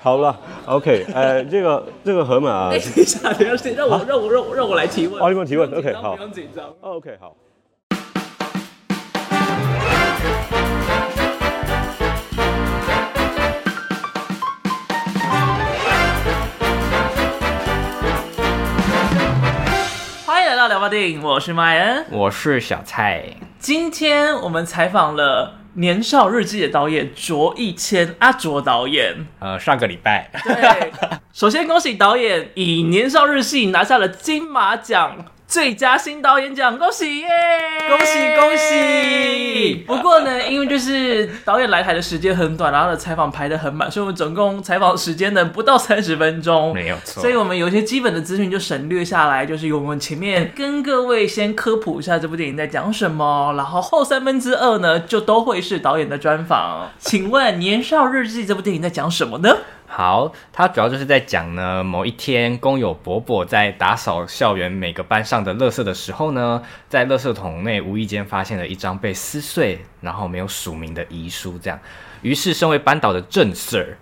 好了 ，OK， 这个河马啊， 等一下，让我来提问。 哦，你们提问 ，OK， 好， 不用紧张。 OK， 好。 欢迎来到聊吧电影，我是麦恩， 我是小蔡。 今天我们采访了《年少日记》的导演卓亦谦阿卓导演。 上个礼拜， 对，首先恭喜导演以《年少日记》拿下了金马奖最佳新导演奖，恭喜耶！ 恭喜恭喜！ 不过呢，因为就是导演来台的时间很短，然后他的采访排得很满，所以我们总共采访时间呢不到30分钟， 没有错。 所以我们有一些基本的资讯就省略下来，就是由我们前面跟各位先科普一下这部电影在讲什么，然后后2/3呢就都会是导演的专访。请问《年少日记》这部电影在讲什么呢？ 好，它主要就是在讲呢，某一天工友伯伯在打扫校园每个班上的垃圾的时候呢，在垃圾桶内无意间发现了一张被撕碎然后没有署名的遗书，这样，于是身为班导的郑 Sir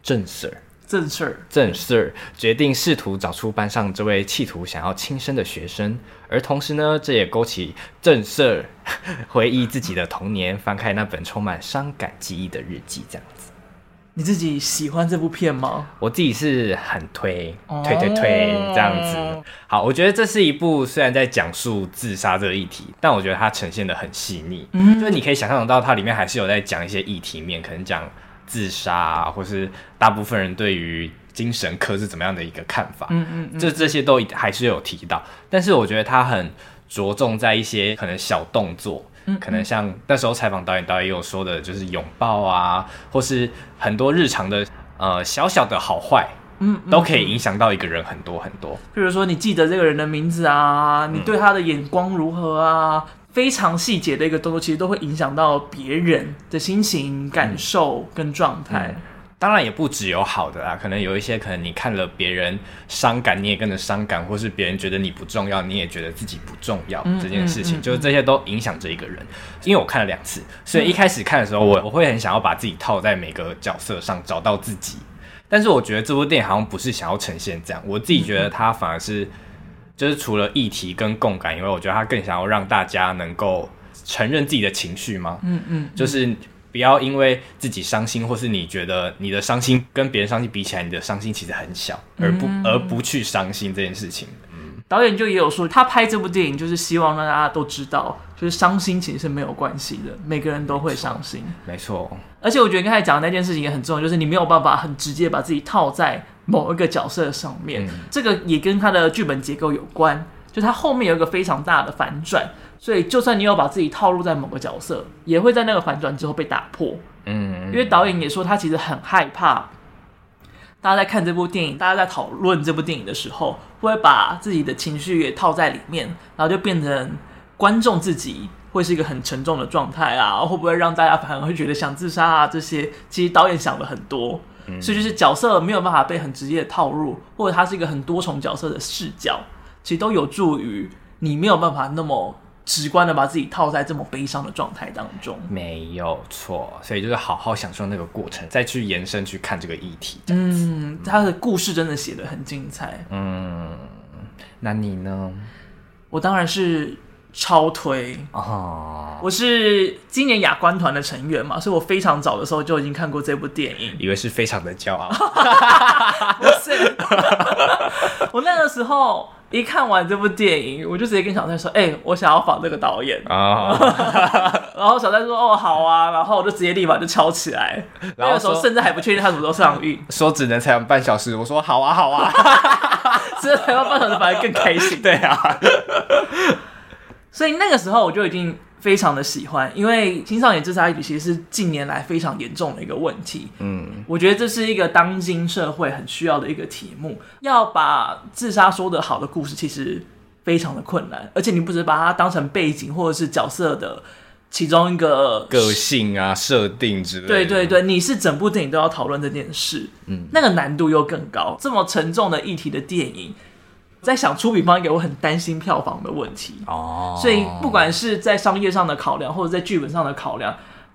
决定试图找出班上这位企图想要轻生的学生，而同时呢，这也勾起郑 Sir 回忆自己的童年，翻开那本充满伤感记忆的日记，这样子。 你自己喜欢这部片吗？ 我自己是很推这样子。好，我觉得这是一部虽然在讲述自杀这个议题，但我觉得它呈现的很细腻，就是你可以想象到它里面还是有在讲一些议题面，可能讲自杀啊，或是大部分人对于精神科是怎么样的一个看法，这些都还是有提到，但是我觉得它很着重在一些可能小动作。可能像那时候采访导演也有说的，就是拥抱啊，或是很多日常的小小的好坏，都可以影响到一个人很多很多。 比如说你记得这个人的名字啊，你对他的眼光如何啊，非常细节的一个动作，其实都会影响到别人的心情、感受跟状态。 当然也不只有好的啦，可能有一些可能你看了别人伤感，你也跟着伤感，或是别人觉得你不重要，你也觉得自己不重要，这件事情就是这些都影响着一个人。因为我看了2次，所以一开始看的时候我会很想要把自己套在每个角色上，找到自己。但是我觉得这部电影好像不是想要呈现这样，我自己觉得它反而是就是除了议题跟共感以外，我觉得它更想要让大家能够承认自己的情绪吗？就是不要因为自己伤心，或是你觉得你的伤心跟别人伤心比起来，你的伤心其实很小，而不去伤心这件事情。 导演就也有说，他拍这部电影就是希望让大家都知道，就是伤心其实是没有关系的，每个人都会伤心。没错。而且我觉得刚才讲的那件事情也很重要，就是你没有办法很直接把自己套在某一个角色上面，这个也跟他的剧本结构有关，就他后面有一个非常大的反转。所以就算你有把自己套入在某个角色，也会在那个反转之后被打破。因为导演也说他其实很害怕大家在看这部电影，大家在讨论这部电影的时候，会把自己的情绪也套在里面，然后就变成观众自己会是一个很沉重的状态啊，会不会让大家反而会觉得想自杀啊，这些其实导演想了很多。所以就是角色没有办法被很直接的套入，或者它是一个很多重角色的视角，其实都有助于你没有办法那么直观的把自己套在这么悲伤的状态当中。没有错， 所以就是好好享受那个过程，再去延伸去看这个议题。 他的故事真的写得很精彩。 那你呢？ 我当然是超推我是今年亚观团的成员嘛，所以我非常早的时候就已经看过这部电影。 以为是非常的骄傲。 不是我那个时候一看完这部电影，我就直接跟小蔡说我想要访这个导演然后小蔡说好啊，然后我就直接立马就敲起来。然后那个时候甚至还不确定他什么时候上映， 说只能采访半小时，我说好啊好啊只能采访半小时反而更开心。 对啊所以那个时候我就已经非常的喜欢，因为青少年自杀议题其实是近年来非常严重的一个问题。我觉得这是一个当今社会很需要的一个题目，要把自杀说得好的故事其实非常的困难，而且你不只把它当成背景或者是角色的其中一个个性啊设定之类的， 对对对，你是整部电影都要讨论这件事，那个难度又更高。这么沉重的议题的电影，在想出品方给我很担心票房的问题所以不管是在商业上的考量，或者在剧本上的考量，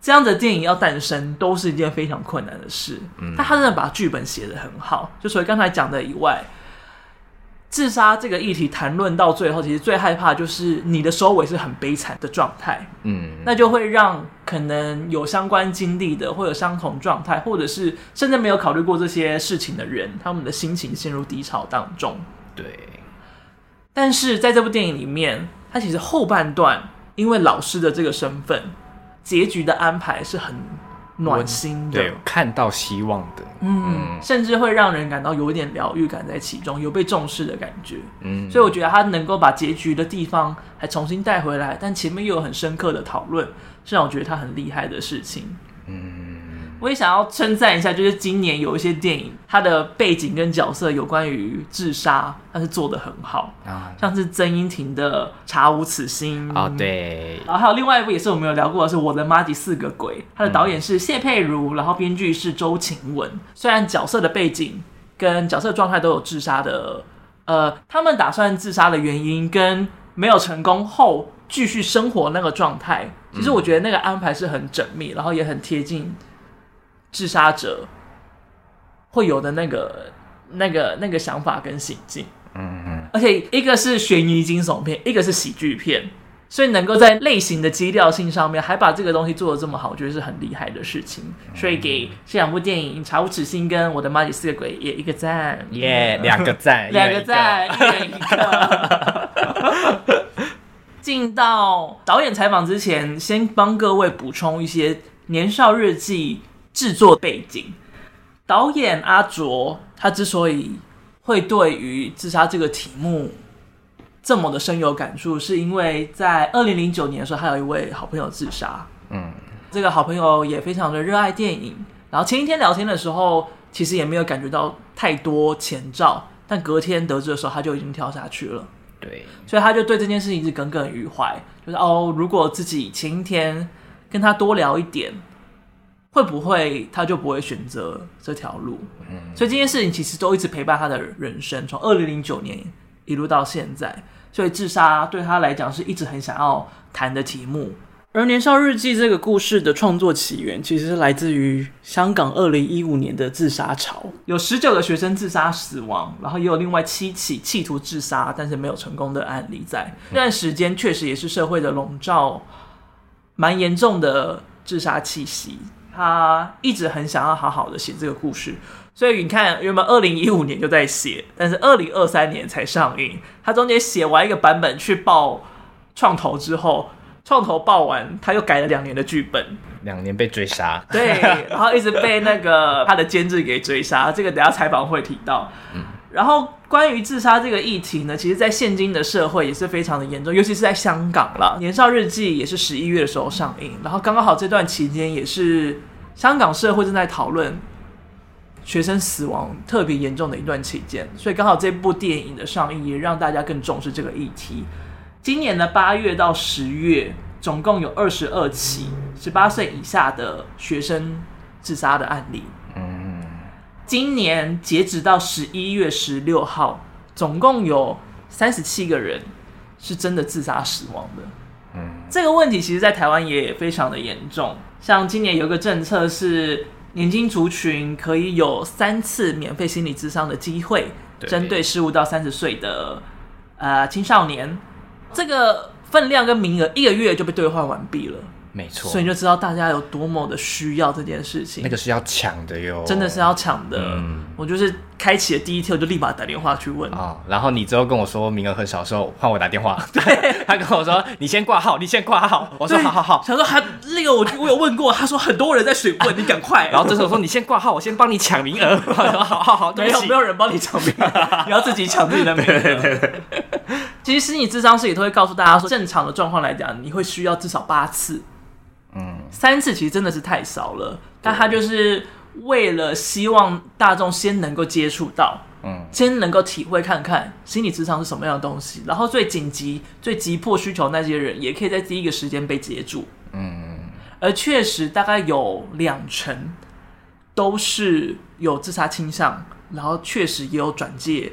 这样的电影要诞生都是一件非常困难的事。但他真的把剧本写得很好，就除了刚才讲的以外，自杀这个议题谈论到最后，其实最害怕就是你的收尾是很悲惨的状态。那就会让可能有相关经历的或有相同状态，或者是甚至没有考虑过这些事情的人，他们的心情陷入低潮当中。 对。 但是在这部电影里面，他其实后半段因为老师的这个身份，结局的安排是很暖心的， 对，看到希望的， 甚至会让人感到有一点疗愈感在其中，有被重视的感觉。所以我觉得他能够把结局的地方还重新带回来，但前面又有很深刻的讨论，是让我觉得他很厉害的事情。我也想要称赞一下，就是今年有一些电影，它的背景跟角色有关于自杀，它是做得很好像是曾荫庭的《查无此心》 对， 然后还有另外一部也是我们有聊过的是《我的妈吉4个鬼》，它的导演是谢佩茹，然后编剧是周晴雯。虽然角色的背景跟角色状态都有自杀的，他们打算自杀的原因跟没有成功后继续生活那个状态，其实我觉得那个安排是很缜密，然后也很贴近自杀者会有的那个想法跟行径。而且一个是悬疑惊悚片，一个是喜剧片，所以能够在类型的基调性上面还把这个东西做得这么好，我觉得是很厉害的事情。所以给这两部电影《查无此心》跟《我的妈吉4个鬼》也一个赞， 两个赞， 两个赞，一人一个。进到导演采访之前，先帮各位补充一些《年少日记》制作背景。导演阿卓他之所以会对于自杀这个题目这么的深有感触，是因为在2009年的时候，他有一位好朋友自杀。这个好朋友也非常的热爱电影，然后前一天聊天的时候，其实也没有感觉到太多前兆，但隔天得知的时候，他就已经跳下去了。 对， 所以他就对这件事情一直耿耿于怀，就是如果自己前一天跟他多聊一点，会不会他就不会选择这条路？所以这件事情其实都一直陪伴他的人生，从2009年一路到现在。所以自杀对他来讲是一直很想要谈的题目。而《年少日记》这个故事的创作起源，其实是来自于香港2015年的自杀潮，有19个学生自杀死亡，然后也有另外7起企图自杀但是没有成功的案例在。这段时间确实也是社会的笼罩蛮严重的自杀气息，他一直很想要好好的写这个故事，所以你看原本2015年就在写，但是2023年才上映。他中间写完一个版本去报创投之后，创投报完他又改了2年的剧本 ，2年被追杀， 对，然后一直被那个他的监制给追杀，这个等一下采访会提到。然后关于自杀这个议题呢，其实在现今的社会也是非常的严重，尤其是在香港啦。年少日记也是11月的时候上映，然后刚刚好这段期间也是香港社会正在讨论学生死亡特别严重的一段期间，所以刚好这部电影的上映也让大家更重视这个议题。今年的8月到10月总共有22起18岁以下的学生自杀的案例。今年截止到11月16号总共有37个人是真的自杀死亡的。这个问题其实在台湾也非常的严重，像今年有一个政策是年轻族群可以有3次免费心理咨商的机会，针对15到30岁的青少年。这个分量跟名额1个月就被兑换完毕了， 没错， 所以你就知道大家有多么的需要这件事情。 那个是要抢的哟， 真的是要抢的。我就是开启了第一天，我就立马打电话去问然后你之后跟我说名额很少的时候，换我打电话。对，他跟我说你先挂号，你先挂号。我说好。 想说那个我有问过，他说很多人在水问，你赶快。 然后这时候说你先挂号，我先帮你抢名额。我说好， 没有人帮你抢名额，你要自己抢自己的名额。对。其实心理咨商师也都会告诉大家说，正常的状况来讲，你会需要至少8次。3次其实真的是太少了，但他就是为了希望大众先能够接触到，先能够体会看看心理咨商是什么样的东西，然后最紧急、最急迫需求那些人也可以在第一个时间被接住。而确实大概有20%都是有自杀倾向，然后确实也有转介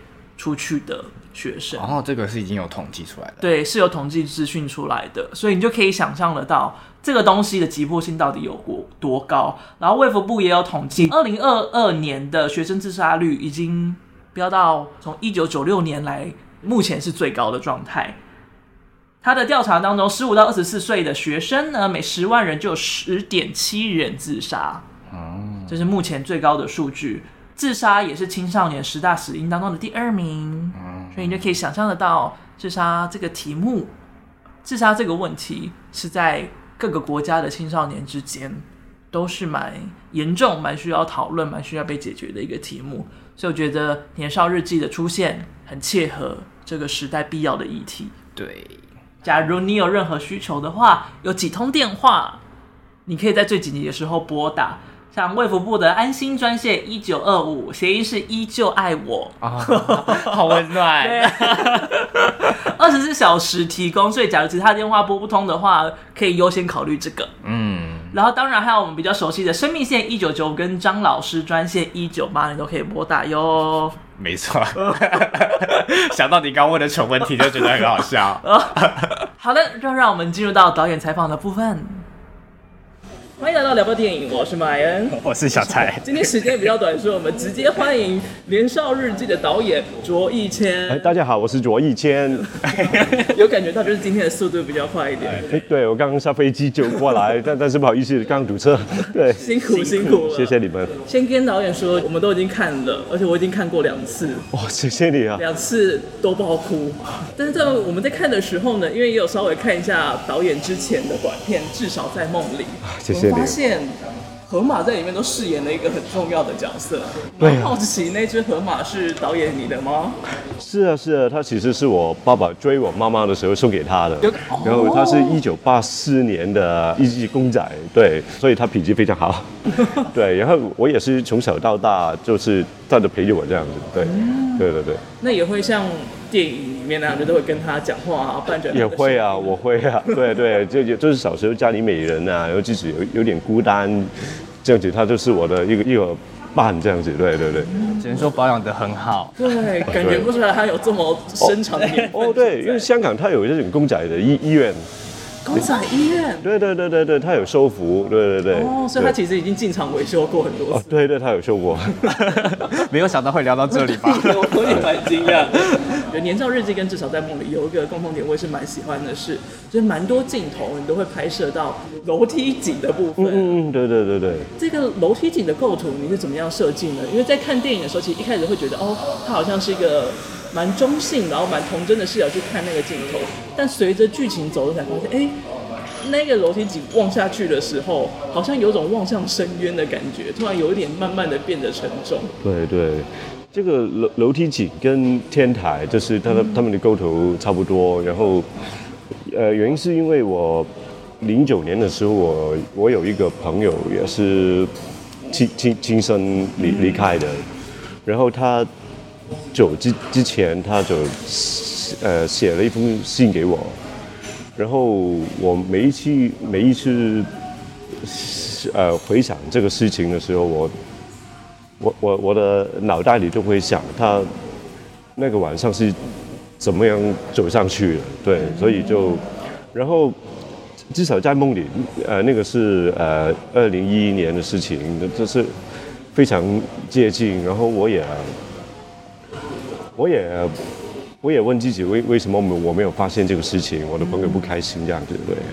出去的学生。 这个是已经有统计出来的。 对，是有统计资讯出来的，所以你就可以想象得到这个东西的急迫性到底有多高。然后卫福部也有统计，2022年的学生自杀率已经飙到从1996年来目前是最高的状态。他的调查当中，15到24岁的学生呢，每10万人就有10.7人自杀，这是目前最高的数据。自杀也是青少年10大死因当中的第2名，所以你就可以想象得到，自杀这个题目，自杀这个问题是在各个国家的青少年之间都是蛮严重、蛮需要讨论、蛮需要被解决的一个题目。所以我觉得年少日记的出现很切合这个时代必要的议题。 对。 假如你有任何需求的话，有几通电话，你可以在最紧急的时候拨打，像卫福部的安心专线1925，谐音是依旧爱我， 好温暖。 对，24小时提供，所以假如其他电话拨不通的话，可以优先考虑这个。然后当然还有我们比较熟悉的生命线1995跟张老师专线198，你都可以拨打哟。 没错，想到你刚问的蠢问题就觉得很好笑。 好的，就让我们进入到导演采访的部分。欢迎来到聊聊电影，我是马恩， 我是小蔡。 今天时间比较短，所以我们直接欢迎《年少日记》的导演卓亦谦。 大家好，我是卓亦谦。 有感觉到就是今天的速度比较快一点。 对，我刚刚下飞机就过来，但是不好意思，刚堵车。对， 辛苦了， 谢谢你们。 先跟导演说，我们都已经看了，而且我已经看过2次。 谢谢你啊 ！2次都爆哭。但是在我们在看的时候呢，因为也有稍微看一下导演之前的短片，至少在梦里。 谢谢你。 发现河马在里面都饰演了一个很重要的角色。 对， 好奇那只河马是导演你的吗？ 是啊，它其实是我爸爸追我妈妈的时候送给他的。然后它是1984年的一只公仔，对，所以它品质非常好。对，然后我也是从小到大就是他的陪着我这样子，对。 那也会像电影里面那样，就会跟他讲话啊，伴着他的。 也会啊，我会啊，对，就是小时候家里没人啊，然后自己有点孤单，这样子，他就是我的一个伴，这样子，对。 只能说保养得很好。 对，感觉不出来他有这么深长的年份。 对，因为香港它有这种公仔的医院。 公仔医院， 对，他有修复，对。 所以他其实已经进场维修过很多次。 对，他有修过。 没有想到会聊到这里吧？ 我也蛮惊讶。《年少日记》跟《至少在梦里》有一个共同点，我也是蛮喜欢的是，就是蛮多镜头你都会拍摄到楼梯井的部分。 对。 这个楼梯井的构图你是怎么样设计呢？因为在看电影的时候，其实一开始会觉得它好像是一个蛮中性，然后蛮童真的视角去看那个镜头，但随着剧情走，才发现，那个楼梯井望下去的时候，好像有种望向深渊的感觉，突然有一点慢慢的变得沉重。 对，这个楼梯井跟天台就是他们的构图差不多，然后原因是因为我09年的时候，我有一个朋友也是亲生离开的，然后他走之前他就写了一封信给我，然后我每一次回想这个事情的时候，我的脑袋里都会想他那个晚上是怎么样走上去的，对，所以然后至少在梦里，那个是2011年的事情，这是非常接近，然后我也问自己为什么我没有发现这个事情，我的朋友不开心这样子，对。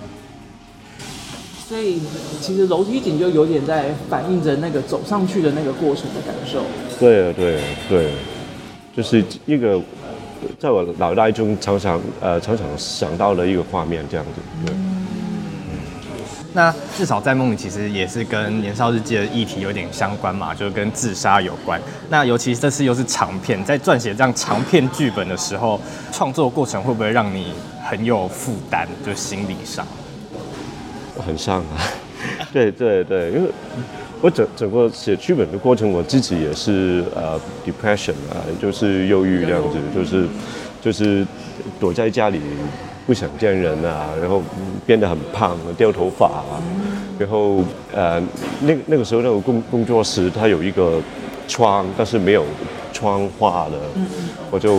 所以其实楼梯井就有点在反映着那个走上去的那个过程的感受。对， 就是一个在我脑袋中常常想到的一个画面这样子。对。 那至少在梦里其实也是跟年少日记的议题有点相关嘛，就是跟自杀有关。那尤其这次又是长片，在撰写这样长片剧本的时候，创作过程会不会让你很有负担，就心理上？ 很伤啊，对，因为我整个写剧本的过程，我自己也是depression 啊，就是忧郁这样子，就是躲在家里不想见人啊，然后变得很胖，掉头发啊，然后那个时候那个工作室它有一个窗，但是没有窗画的，我就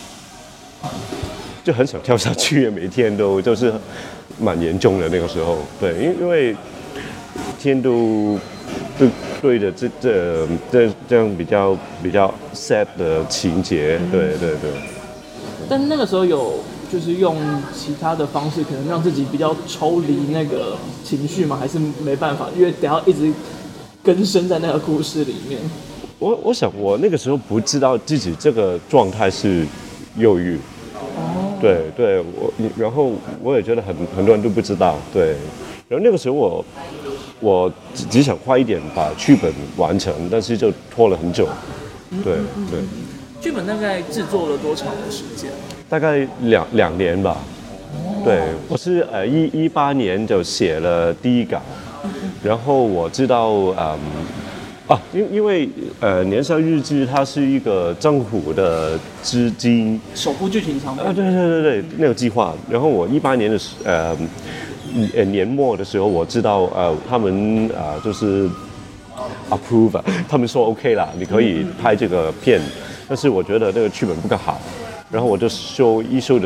很想跳下去，每天都就是蛮严重的那个时候，对，因为天都对着这样比较 sad 的情节，对。 但那个时候有就是用其他的方式，可能让自己比较抽离那个情绪吗？还是没办法，因为得要一直根深在那个故事里面？ 我想我那个时候不知道自己这个状态是忧郁。对，然后我也觉得很多人都不知道，对。然后那个时候我只想快一点把剧本完成，但是就拖了很久，对。 剧本大概制作了多长的时间？ 大概两年吧。对，我是18年就写了第一稿，然后我知道因为年少日志它是一个政府的资金首部剧情长片对那个计划。然后我18年的年末的时候，我知道他们就是 approve， 他们说 OK 啦，你可以拍这个片，但是我觉得这个剧本不够好，然后我就收了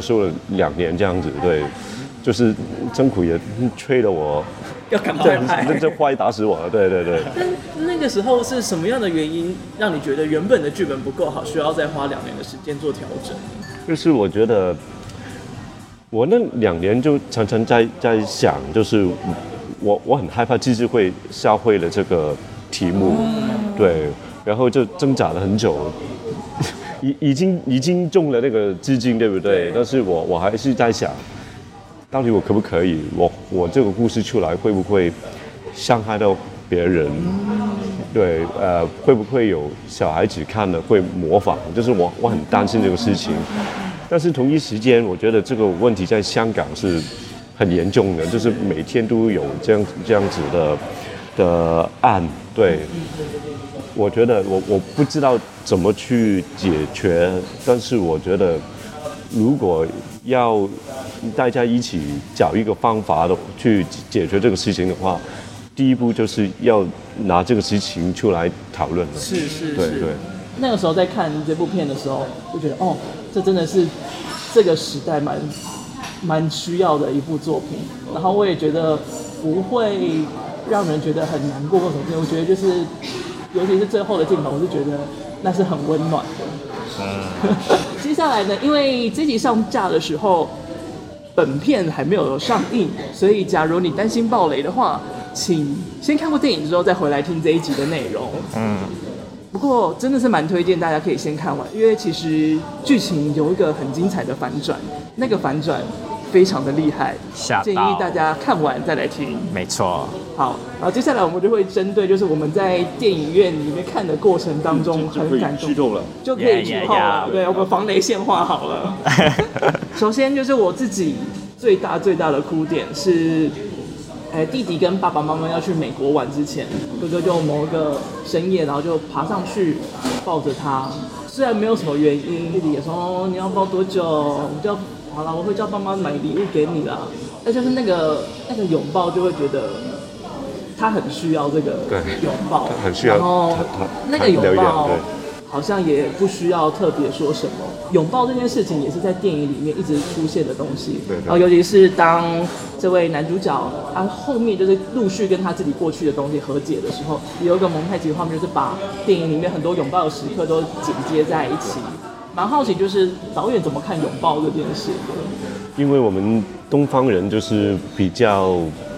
2年这样子，对，就是政府也催了我。 要赶快拍， 这坏打死我了，对。 但那个时候是什么样的原因让你觉得原本的剧本不够好，需要再花2年的时间做调整？ 就是我觉得我那2年就常常在想，就是我很害怕自己会消费了这个题目，对，然后就挣扎了很久，已经中了那个资金，对不对？但是我还是在想。到底我可不可以？我这个故事出来会不会伤害到别人？对，会不会有小孩子看了会模仿？就是我很担心这个事情。但是同一时间，我觉得这个问题在香港是很严重的，就是每天都有这样子的案。对，我觉得我不知道怎么去解决，但是我觉得如果要大家一起找一个方法去解决这个事情的话，第一步就是要拿这个事情出来讨论了。 是， 对。 那个时候在看这部片的时候，就觉得这真的是这个时代蛮需要的一部作品。然后我也觉得不会让人觉得很难过或什么。我觉得就是，尤其是最后的镜头，我是觉得那是很温暖的。接下来呢，因为这集上架的时候，本片还没有上映，所以假如你担心爆雷的话，请先看过电影之后再回来听这一集的内容。不过真的是蛮推荐大家可以先看完，因为其实剧情有一个很精彩的反转，那个反转非常的厉害，建议大家看完再来听。 没错。 好，然后接下来我们就会针对就是我们在电影院里面看的过程当中很感动，就可以剧透了。对，我们防雷线画好了。首先就是我自己最大的哭点是，弟弟跟爸爸妈妈要去美国玩之前，哥哥就某一个深夜，然后就爬上去抱着他，虽然没有什么原因，弟弟也说你要抱多久，我就要好了，我会叫爸妈买礼物给你啦。那就是那个拥抱，就会觉得他很需要这个拥抱， 很需要。然后那个拥抱好像也不需要特别说什么。拥抱这件事情也是在电影里面一直出现的东西。然后尤其是当这位男主角他后面就是陆续跟他自己过去的东西和解的时候，有一个蒙太奇的画面，就是把电影里面很多拥抱的时刻都剪接在一起。蛮好奇，就是导演怎么看拥抱这件事？ 因为我们东方人就是比较，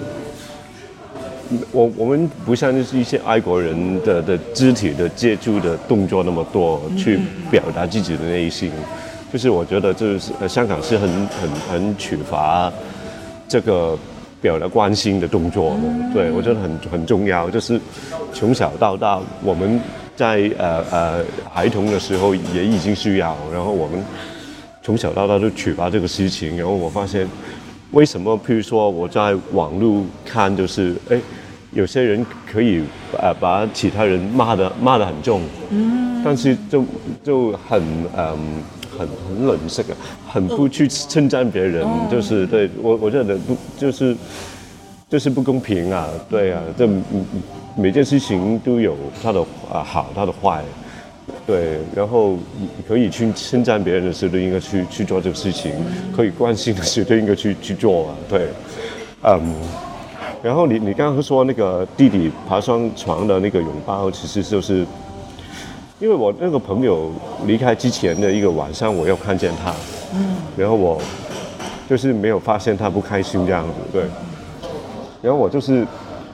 我们不像就是一些外国人的肢体的接触的动作那么多，去表达自己的内心。就是我觉得就是香港是很缺乏这个表达关心的动作的。对，我觉得很重要。就是从小到大，我们在孩童的时候也已经需要，然后我们从小到大都缺乏这个事情。然后我发现，为什么譬如说我在网络看，就是有些人可以把其他人骂得很重，但是就很冷色的，很不去称赞别人，就是对我觉得不就是不公平啊，对啊，这每件事情都有它的好，它的坏， 对，然后你可以去称赞别人的时候，都应该去做这个事情；可以关心的时候，都应该去做啊。对，然后你刚刚说那个弟弟爬上床的那个拥抱，其实就是因为我那个朋友离开之前的一个晚上，我又看见他，然后我就是没有发现他不开心这样子，对，然后我就是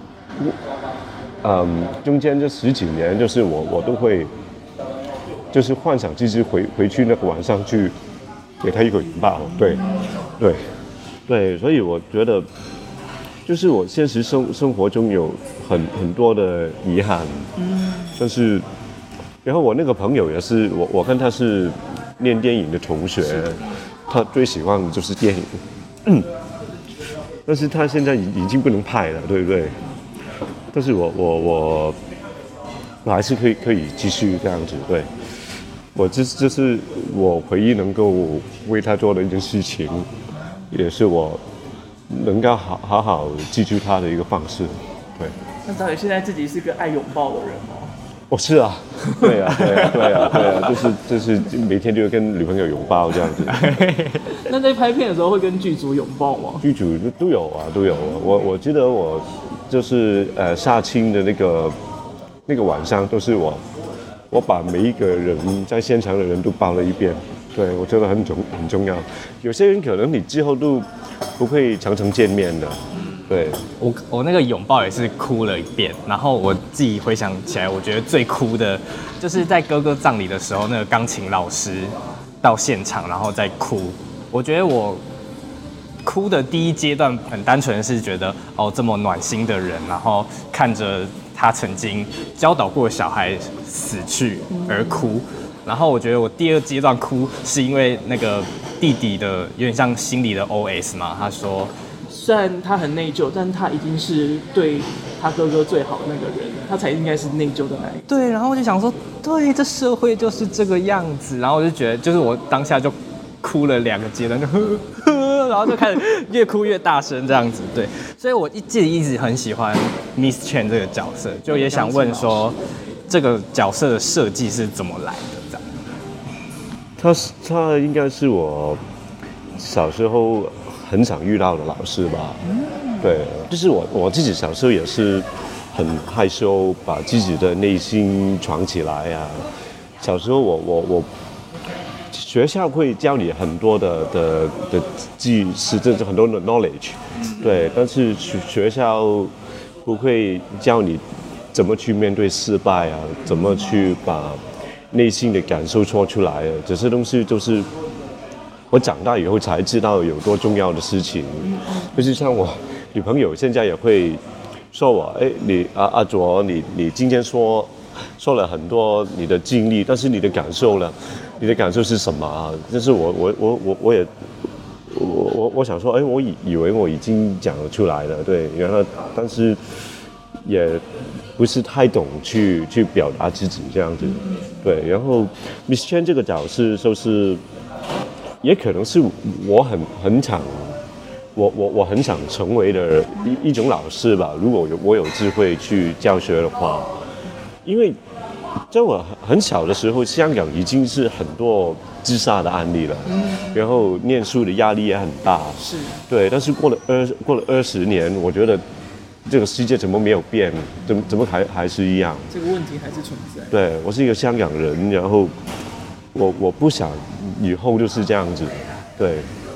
中间这10几年，就是我都会。就是幻想自己回去那个晚上去给他一个拥抱，对，所以我觉得，就是我现实生活中有很多的遗憾，但是，然后我那个朋友也是，我跟他是念电影的同学，他最喜欢的就是电影，但是他现在已经不能拍了，对不对？但是我还是可以继续这样子，对。这是我唯一能够为他做的一件事情，也是我能够好好记住他的一个方式。对。 那导演现在自己是个爱拥抱的人吗？ 我是啊，对啊，就是每天就跟女朋友拥抱这样子。 那在拍片的时候会跟剧组拥抱吗？ 剧组都有啊。我记得我就是杀青的那个晚上都是我把每一个人在现场的人都抱了一遍，对，我觉得很重要。有些人可能你之后都不会常常见面的，对。 我那个拥抱也是哭了一遍，然后我自己回想起来，我觉得最哭的就是在哥哥葬礼的时候，那个钢琴老师到现场然后再哭。我觉得我哭的第一阶段很单纯，是觉得这么暖心的人，然后看着他曾经教导过的小孩死去而哭，然后我觉得我第二阶段哭是因为那个弟弟的有点像心里的 OS 嘛，他说虽然他很内疚，但他已经是对他哥哥最好的那个人，他才应该是内疚的那一个。 对，然后我就想说，对，这社会就是这个样子，然后我就觉得，就是我当下就哭了2个阶段，就然后就开始越哭越大声这样子，对，所以我一直很喜欢 Miss Chen 这个角色，就也想问说，这个角色的设计是怎么来的？这样， 他应该是我小时候很常遇到的老师吧，对，就是我自己小时候也是很害羞，把自己的内心藏起来啊。小时候我学校会教你很多的知识，这是很多的 knowledge， 对，但是学校不会教你怎么去面对失败啊，怎么去把内心的感受说出来啊，这些东西都是我长大以后才知道有多重要的事情。就是像我女朋友现在也会说我，你阿卓，你今天说了很多你的经历，但是你的感受呢？你的感受是什么啊？就是我想说，我以为我已经讲了出来了，对，然后但是也不是太懂去表达自己这样子，对。然后 Miss Chen 这个角色就是也可能是我很想成为的一种老师吧。如果我有机会去教学的话，因为在我很小的时候，香港已经是很多自杀的案例了，然后念书的压力也很大， 是对。但是过了20年，我觉得这个世界怎么没有变，怎么还是一样？ 这个问题还是存在。 对，我是一个香港人，然后我不想以后就是这样子，对。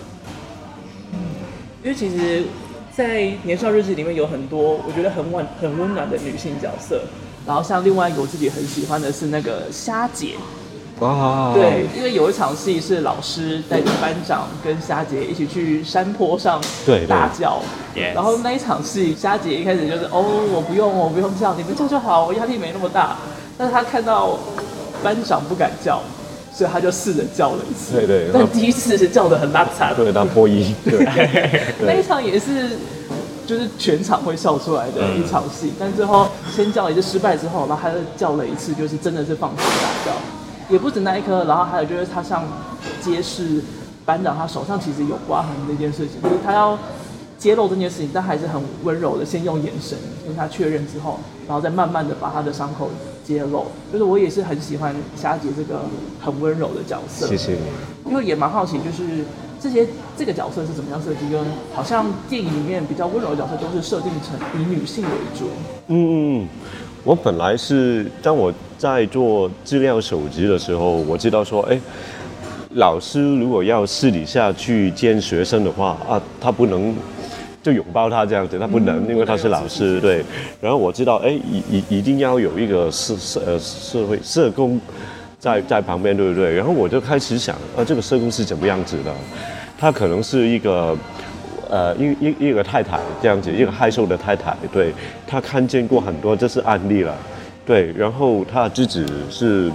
因为其实，在《年少日记》里面有很多我觉得很温暖的女性角色。然后像另外一个我自己很喜欢的是那个虾姐，对，因为有一场戏是老师带着班长跟虾姐一起去山坡上大叫，然后那一场戏虾姐一开始就是我不用叫，你们叫就好，我压力没那么大。但是她看到班长不敢叫，所以他就试着叫了一次，对，但第一次是叫得很拉惨， 对，他破音，对， 那一场也是。就是全场会笑出来的一场戏，但最后先叫了一次失败之后，然后他又叫了一次，就是真的是放声大叫，也不止那一颗，然后还有就是他向揭示班长他手上其实有刮痕这件事情，就是他要揭露这件事情，但还是很温柔的先用眼神跟他确认之后，然后再慢慢的把他的伤口揭露，就是我也是很喜欢霞姐这个很温柔的角色。 谢谢你。 因为也蛮好奇，就是这个角色是怎么样设计，跟好像电影里面比较温柔的角色都是设定成以女性为主。 我本来是当我在做资料搜集的时候，我知道说，老师如果要私底下去见学生的话啊，他不能就拥抱他这样子，他不能，因为他是老师，对。然后我知道，一定要有一个社工在旁边，对不对？然后我就开始想，这个社工是怎么样子的？他可能是一个一个太太这样子，一个害羞的太太，对，他看见过很多这是案例了，对，然后他自己是，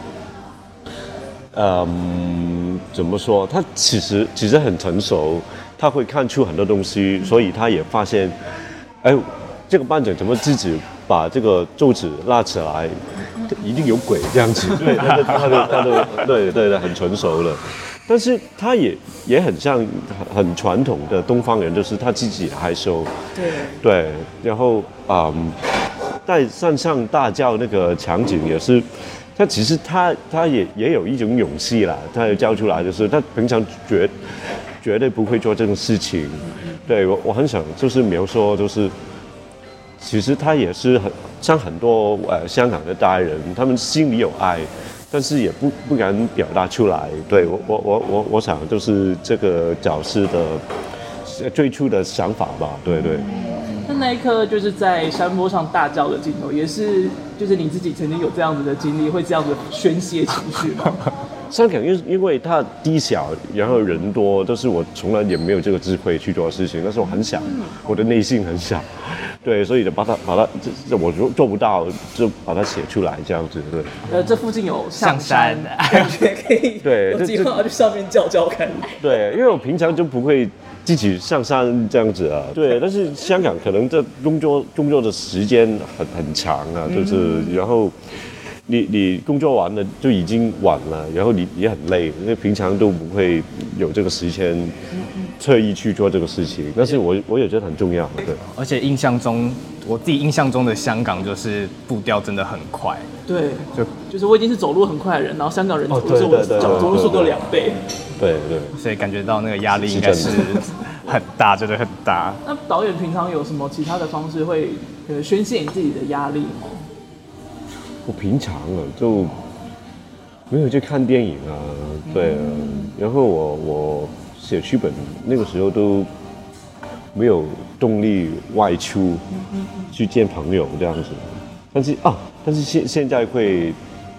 怎么说？他其实很成熟，他会看出很多东西，所以他也发现，这个班长怎么自己把这个柱子拉起来，一定有鬼这样子，对，他对，很成熟了。但是他也很像很传统的东方人，就是他自己也害羞，对，然后在山上大叫那个场景也是，他其实他也有一种勇气啦，他也叫出来，就是他平常绝对不会做这种事情，对，我很想就是描述，就是其实他也是像很多香港的大人，他们心里有爱。但是也不敢表达出来，对，我想就是这个角色的最初的想法吧，对。 那一刻就是在山坡上大叫的镜头，也是就是你自己曾经有这样子的经历，会这样子宣泄情绪吗？ 香港因为它地小，然后人多，但是我从来也没有这个智慧去做事情。那时候很小，我的内心很小，对，所以就把它，我做不到，就把它写出来这样子，对。 这附近有象山，感觉可以，对，有计划去上面叫看。 对，因为我平常就不会自己上山这样子啊，对。但是香港可能这工作的时间很长啊，就是然后。你工作完了就已经晚了，然后你也很累，因为平常都不会有这个时间特意去做这个事情。但是我也觉得很重要，对。 而且我自己印象中的香港就是步调真的很快， 对，就是我已经是走路很快的人，然后香港人走路速度2倍， 对， 所以感觉到那个压力应该是很大，真的很大。 那导演平常有什么其他的方式会宣泄你自己的压力吗？ 我平常就没有去看电影啊，对啊，然后我写剧本那个时候都没有动力外出去见朋友这样子，但是现在会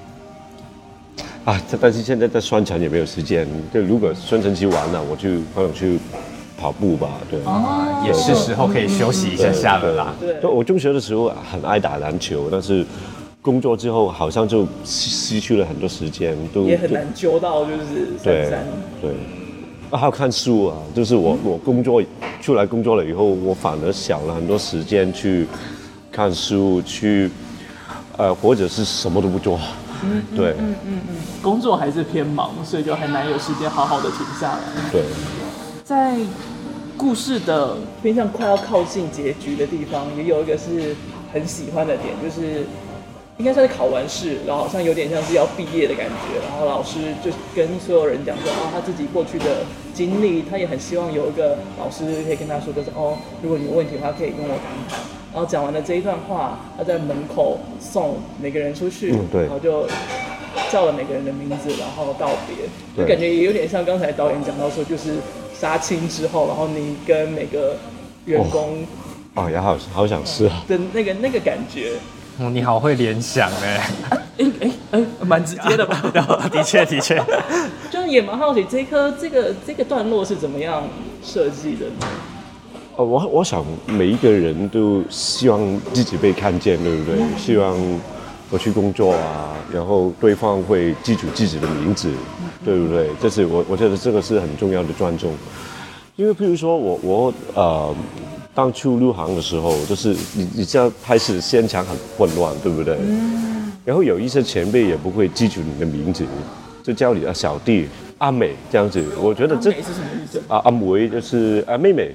但是现在在宣传也没有时间，就如果宣传期完了，我就可能去跑步吧，对， 也是时候可以休息一下了啦。 对，我中学的时候很爱打篮球，但是。工作之后好像就失去了很多时间， 也很难揪到，就是山。 对，还有看书啊，就是我出来工作了以后，我反而少了很多时间去看书，去或者是什么都不做。对， 工作还是偏忙，所以就很难有时间好好的停下来。 对， 在故事的偏向快要靠近结局的地方，也有一个是很喜欢的点，就是。应该算是考完试，然后好像有点像是要毕业的感觉，然后老师就跟所有人讲说，他自己过去的经历，他也很希望有一个老师可以跟他说，就是如果你有问题的话，可以跟我谈。然后讲完了这一段话，他在门口送每个人出去，然后就叫了每个人的名字，然后道别，就感觉也有点像刚才导演讲到说，就是杀青之后，然后你跟每个员工， 也好想试啊的那个感觉。 你好会联想蛮直接的吧？ 的确， 就是也蛮好奇这个段落是怎么样设计的呢？ 我想每一个人都希望自己被看见，对不对？希望我去工作啊，然后对方会记住自己的名字，对不对？这是我觉得这个是很重要的尊重，因为譬如说我当初入行的时候，就是你知道拍摄现场很混乱，对不对？然后有一些前辈也不会记住你的名字，就叫你小弟阿美这样子，我觉得这阿美是什么意思？ 阿梅就是妹妹。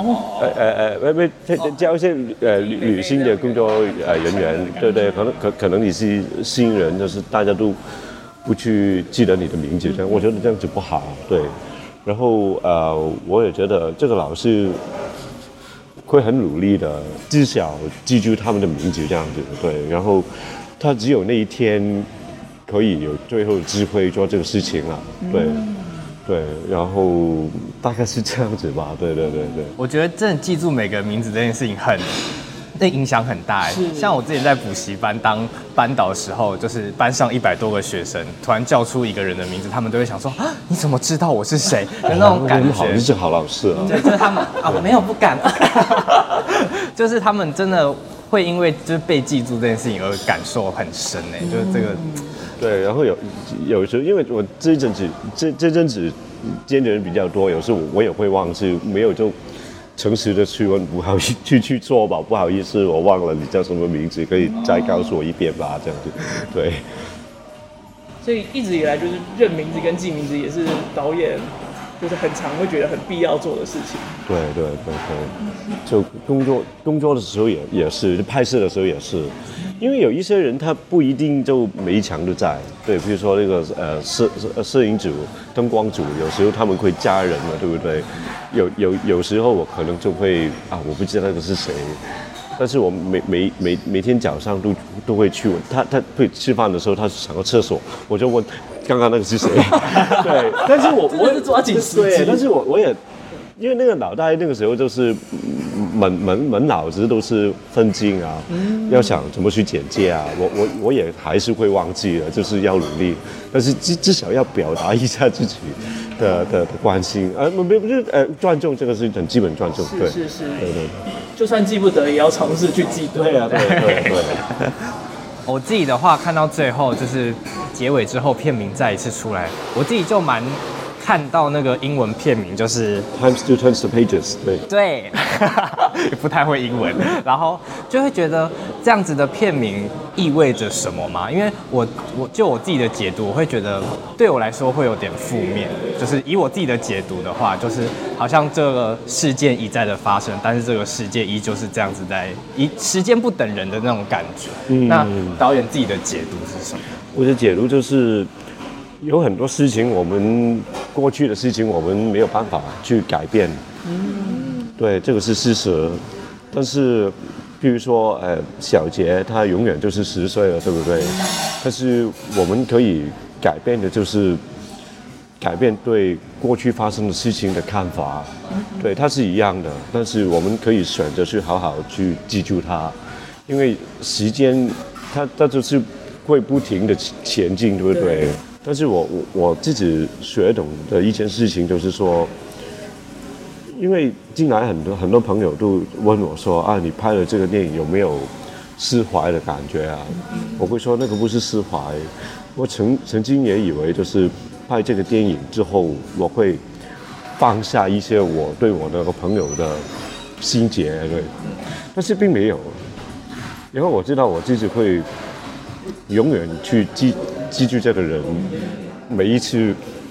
教一些女性的工作人员，对对，可能你是新人，就是大家都不去记得你的名字，这样我觉得这样子不好，对。然后我也觉得这个老师会很努力的，至少记住他们的名字这样子，对。然后他只有那一天可以有最后智慧做这个事情了，对。对，然后大概是这样子吧。对。 我觉得真的记住每个名字这件事情那影响很大。像我之前在补习班当班导的时候，就是班上100多个学生，突然叫出一个人的名字，他们都会想说啊，你怎么知道我是谁？有那种感觉。 你是好老师啊。 对，就是他们啊，我没有不敢，就是他们真的会因为就是被记住这件事情而感受很深哎，就是这个。 对，然后有时候，因为我这阵子见的人比较多，有时候我也会忘记，没有就诚实的去问，不好意思去做吧，不好意思，我忘了你叫什么名字，可以再告诉我一遍吧，这样子，对。 所以一直以来就是认名字跟记名字也是导演就是很常会觉得很必要做的事情。对， 就工作的时候也是，就拍摄的时候也是。因为有一些人他不一定就每一场都在，对，比如说那个摄影组、灯光组，有时候他们会加人嘛，对不对？有时候我可能就会我不知道那个是谁，但是我每天早上都会去问他会吃饭的时候，他想到厕所，我就问刚刚那个是谁？对，但是我是抓紧时间， 对，但是我也因为那个脑袋那个时候就是满脑子都是分镜啊，要想怎么去剪接啊，我也还是会忘记了，就是要努力，但是至少要表达一下自己的关心，不是尊重，这个是很基本尊重，对， 是，对，就算记不得也要尝试去记得， 对啊，对。 我自己的话，看到最后就是结尾之后，片名再一次出来，我自己就蛮看到那个英文片名就是 Time still turns the pages， 对，也不太会英文，然后就会觉得这样子的片名意味着什么吗？因为我自己的解读，我会觉得对我来说会有点负面，就是以我自己的解读的话，就是好像这个事件一再的发生，但是这个世界依旧是这样子时间不等人的那种感觉。那导演自己的解读是什么？ 我的解读就是有很多事情，我们过去的事情我们没有办法去改变，对，这个是事实。但是比如说小杰他永远就是10岁了，对不对？但是我们可以改变的就是改变对过去发生的事情的看法，对，它是一样的，但是我们可以选择去好好去记住它，因为时间它就是会不停的前进，对不对？但是我自己学懂的一件事情就是说，因为进来很多朋友都问我说你拍了这个电影有没有释怀的感觉啊？我会说那个不是释怀，我曾经也以为就是拍这个电影之后我会放下一些我对我那个朋友的心结，对，但是并没有。然后我知道我自己会永远去记住这个人，每一次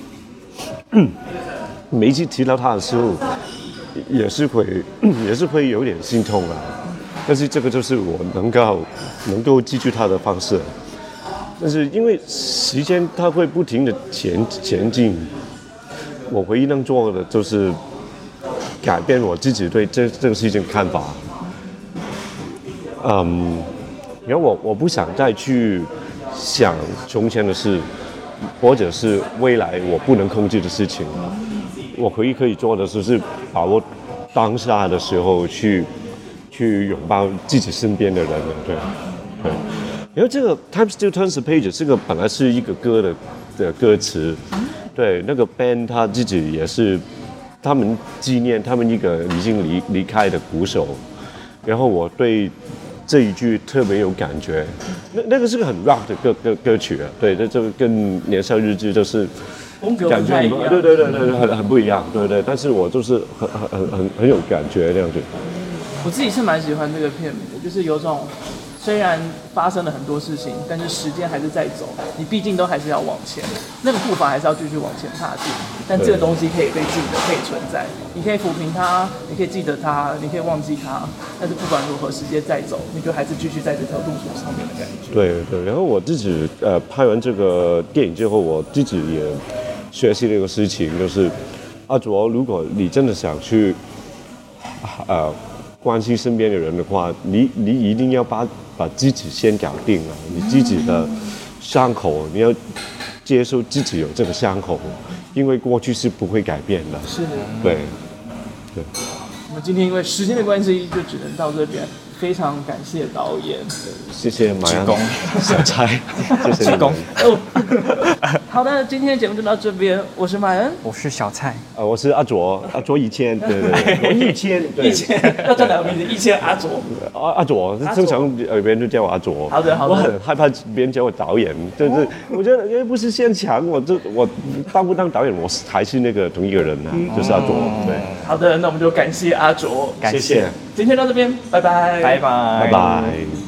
提到他的时候，也是会有点心痛啊。但是这个就是我能够记住他的方式。但是因为时间它会不停的前进，我唯一能做的就是改变我自己对这个事情的看法。然后我不想再去想从前的事，或者是未来我不能控制的事情。我可以做的就是把握当下的时候去拥抱自己身边的人，对。然后这个 Time still turns the pages 这个本来是一个歌的歌词，对，那个 band 他自己也是，他们纪念他们一个已经离开的鼓手，然后我对这一句特别有感觉，那个是个很 rock 的歌曲啊，对，这就跟年少日记就是感觉对，很不一样，对，但是我就是很有感觉这样子。 我自己是蛮喜欢这个片名的，就是有种虽然发生了很多事情，但是时间还是在走，你毕竟都还是要往前，那个步伐还是要继续往前踏进。但这个东西可以被记得，可以存在，你可以抚平它，你可以记得它，你可以忘记它，但是不管如何，时间在走，你就还是继续在这条路途上面的感觉。 对对，然后我自己拍完这个电影之后，我自己也学习了一个事情，就是阿卓，如果你真的想去关心身边的人的话，你一定要把自己先搞定了，你自己的伤口你要接受自己有这个伤口，因为过去是不会改变的。 是的， 对，对。 我们今天因为时间的关系，就只能到这边。非常感谢导演， 谢谢马阳小蔡，谢谢鞠躬。 好的，今天的节目就到这边。我是马恩， 我是小蔡， 我是阿卓以谦，对，我一谦， 要叫两个名字，一谦阿卓， 阿卓，正常别人就叫我阿卓。 好的， 我很害怕别人叫我导演，就是我觉得因为不是现场，我当不当导演，我还是那个同一个人啊，就是阿卓。对， 好的，那我们就感谢阿卓， 谢谢。 今天到这边，拜拜。 拜拜。 拜拜。